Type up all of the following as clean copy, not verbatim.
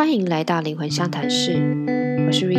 欢迎来到灵魂相谈室，我是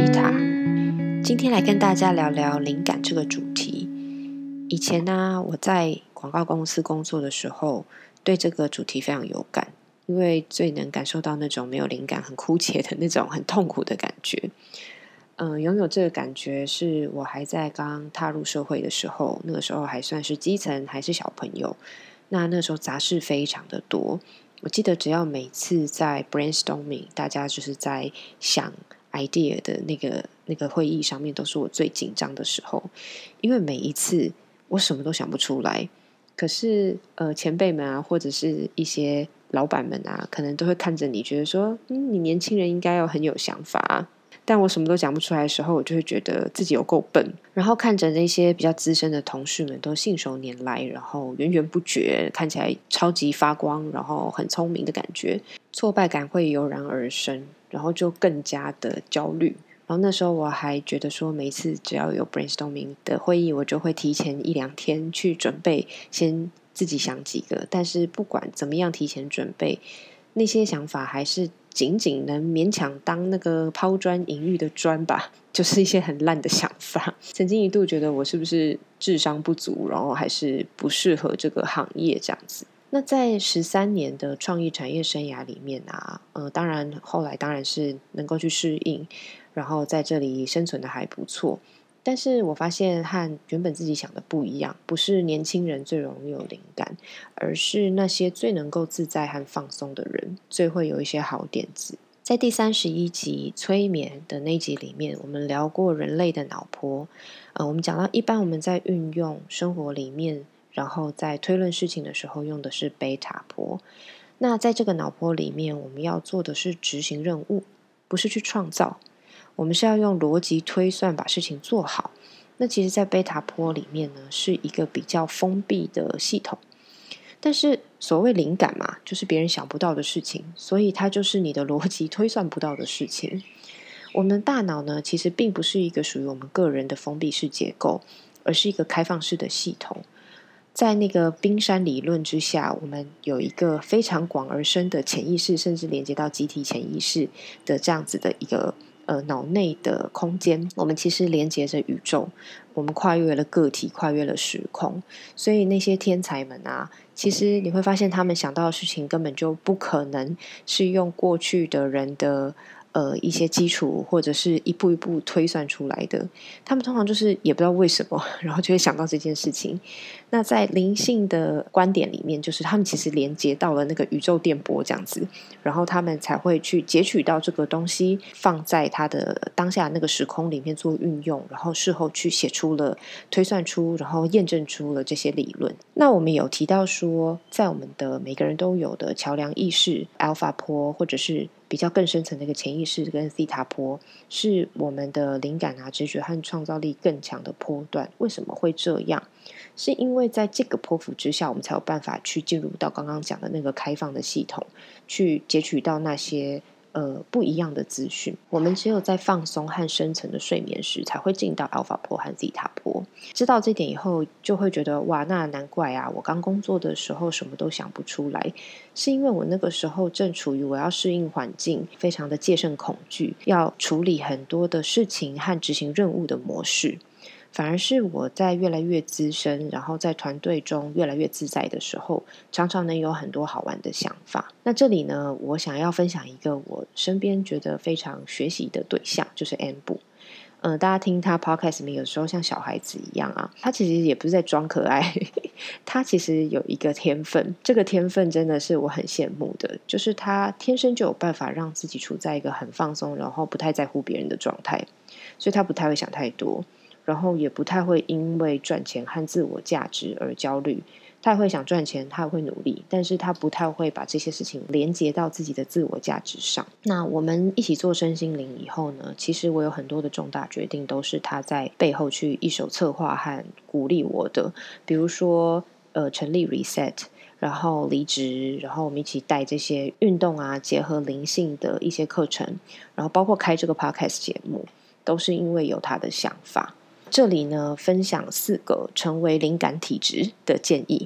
Rita。今天来跟大家聊聊灵感这个主题。以前呢，我在广告公司工作的时候，对这个主题非常有感，因为最能感受到那种没有灵感、很枯竭的那种很痛苦的感觉。拥有这个感觉是我还在刚踏入社会的时候，那个时候还算是基层，还是小朋友。那时候杂事非常的多，我记得只要每次在 brainstorming， 大家就是在想 idea 的那个会议上面，都是我最紧张的时候，因为每一次我什么都想不出来，可是前辈们啊，或者是一些老板们啊，可能都会看着你，觉得说，你年轻人应该要很有想法啊。但我什么都讲不出来的时候，我就会觉得自己有够笨。然后看着那些比较资深的同事们都信手拈来，然后源源不绝，看起来超级发光，然后很聪明的感觉，挫败感会油然而生，然后就更加的焦虑。然后那时候我还觉得说，每一次只要有 brainstorming 的会议，我就会提前1-2天去准备，先自己想几个。但是不管怎么样提前准备，那些想法还是仅仅能勉强当那个抛砖引玉的砖吧，就是一些很烂的想法。曾经一度觉得我是不是智商不足，然后还是不适合这个行业这样子。那在13年的创意产业生涯里面啊，当然后来当然是能够去适应，然后在这里生存的还不错。但是我发现和原本自己想的不一样，不是年轻人最容易有灵感，而是那些最能够自在和放松的人，最会有一些好点子。在第31集催眠的那集里面，我们聊过人类的脑波。我们讲到一般我们在运用生活里面，然后在推论事情的时候用的是贝塔波。那在这个脑波里面，我们要做的是执行任务，不是去创造。我们是要用逻辑推算把事情做好。那其实在贝塔波里面呢，是一个比较封闭的系统。但是所谓灵感嘛，就是别人想不到的事情，所以它就是你的逻辑推算不到的事情。我们的大脑呢，其实并不是一个属于我们个人的封闭式结构，而是一个开放式的系统。在那个冰山理论之下，我们有一个非常广而深的潜意识，甚至连接到集体潜意识的这样子的一个脑内的空间。我们其实连接着宇宙，我们跨越了个体，跨越了时空。所以那些天才们啊，其实你会发现他们想到的事情根本就不可能是用过去的人的一些基础或者是一步一步推算出来的。他们通常就是也不知道为什么，然后就会想到这件事情。那在灵性的观点里面，就是他们其实连接到了那个宇宙电波这样子，然后他们才会去截取到这个东西，放在他的当下那个时空里面做运用，然后事后去写出了推算出，然后验证出了这些理论。那我们有提到说，在我们的每个人都有的桥梁意识 Alpha 波，或者是比较更深层的一个潜意识跟 Theta 波，是我们的灵感啊、直觉和创造力更强的波段。为什么会这样？是因为在这个波幅之下，我们才有办法去进入到刚刚讲的那个开放的系统，去截取到那些不一样的资讯。我们只有在放松和深层的睡眠时，才会进到 Alpha 波和 Theta 波。知道这点以后，就会觉得哇，那难怪啊，我刚工作的时候什么都想不出来，是因为我那个时候正处于我要适应环境，非常的戒慎恐惧，要处理很多的事情和执行任务的模式。反而是我在越来越资深，然后在团队中越来越自在的时候，常常能有很多好玩的想法。那这里呢，我想要分享一个我身边觉得非常学习的对象，就是 Amber。大家听他 podcast 里面有时候像小孩子一样啊，他其实也不是在装可爱，他其实有一个天分，这个天分真的是我很羡慕的，就是他天生就有办法让自己处在一个很放松，然后不太在乎别人的状态，所以他不太会想太多。然后也不太会因为赚钱和自我价值而焦虑。他也会想赚钱，他也会努力，但是他不太会把这些事情连接到自己的自我价值上。那我们一起做身心灵以后呢，其实我有很多的重大决定都是他在背后去一手策划和鼓励我的。比如说成立 Reset， 然后离职，然后我们一起带这些运动啊，结合灵性的一些课程，然后包括开这个 Podcast 节目，都是因为有他的想法。这里呢，分享4个成为灵感体质的建议。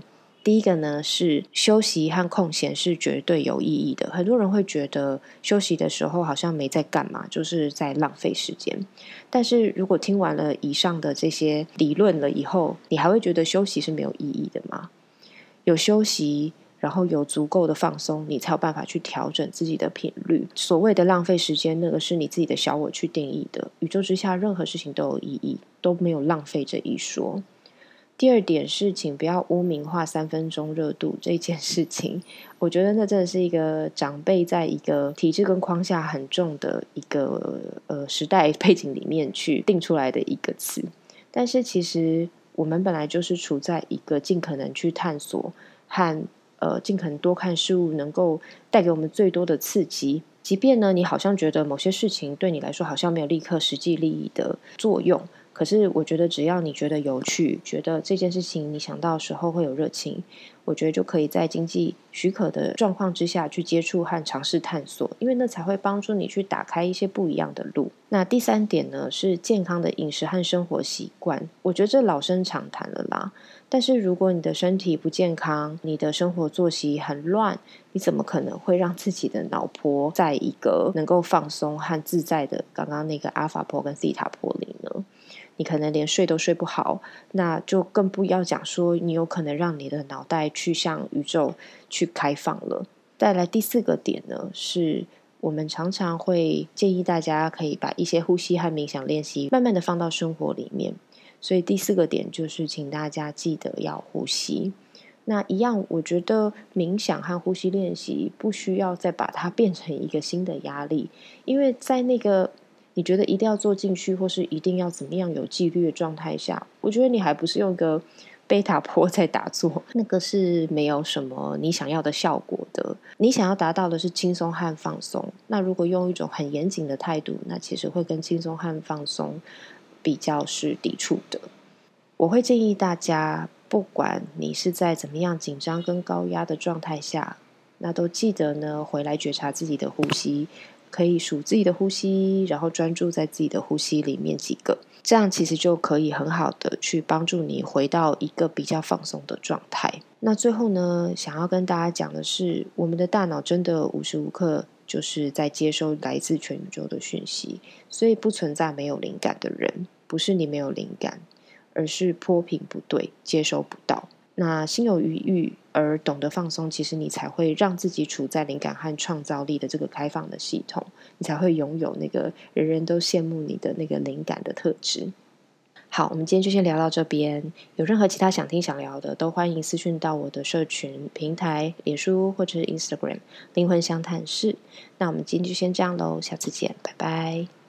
第一个呢是休息和空闲是绝对有意义的。很多人会觉得休息的时候好像没在干嘛，就是在浪费时间。但是如果听完了以上的这些理论了以后，你还会觉得休息是没有意义的吗？有休息，然后有足够的放松，你才有办法去调整自己的频率。所谓的浪费时间，那个是你自己的小我去定义的。宇宙之下任何事情都有意义，都没有浪费这一说。第二点是，请不要污名化3分钟热度这件事情。我觉得那真的是一个长辈在一个体制跟框架很重的一个时代背景里面去定出来的一个词。但是其实我们本来就是处在一个尽可能去探索和尽可能多看事物能够带给我们最多的刺激。即便呢，你好像觉得某些事情对你来说好像没有立刻实际利益的作用，可是我觉得只要你觉得有趣，觉得这件事情你想到的时候会有热情，我觉得就可以在经济许可的状况之下去接触和尝试探索，因为那才会帮助你去打开一些不一样的路。那第三点呢，是健康的饮食和生活习惯。我觉得这老生常谈了啦，但是如果你的身体不健康，你的生活作息很乱，你怎么可能会让自己的脑波在一个能够放松和自在的刚刚那个阿法波跟西塔波里呢？你可能连睡都睡不好，那就更不要讲说你有可能让你的脑袋去向宇宙去开放了。再来第4个点呢，是我们常常会建议大家可以把一些呼吸和冥想练习慢慢的放到生活里面。所以第4个点就是请大家记得要呼吸。那一样，我觉得冥想和呼吸练习不需要再把它变成一个新的压力，因为在那个你觉得一定要做进去，或是一定要怎么样有纪律的状态下，我觉得你还不是用一个贝塔波在打坐，那个是没有什么你想要的效果的。你想要达到的是轻松和放松，那如果用一种很严谨的态度，那其实会跟轻松和放松比较是抵触的。我会建议大家，不管你是在怎么样紧张跟高压的状态下，那都记得呢回来觉察自己的呼吸，可以数自己的呼吸，然后专注在自己的呼吸里面几个，这样其实就可以很好的去帮助你回到一个比较放松的状态。那最后呢，想要跟大家讲的是，我们的大脑真的无时无刻就是在接收来自全宇宙的讯息，所以不存在没有灵感的人，不是你没有灵感，而是波频不对，接收不到。那心有余裕而懂得放松，其实你才会让自己处在灵感和创造力的这个开放的系统，你才会拥有那个人人都羡慕你的那个灵感的特质。好，我们今天就先聊到这边。有任何其他想听想聊的，都欢迎私讯到我的社群平台脸书或者是 Instagram 灵魂相谈室。那我们今天就先这样咯，下次见，拜拜。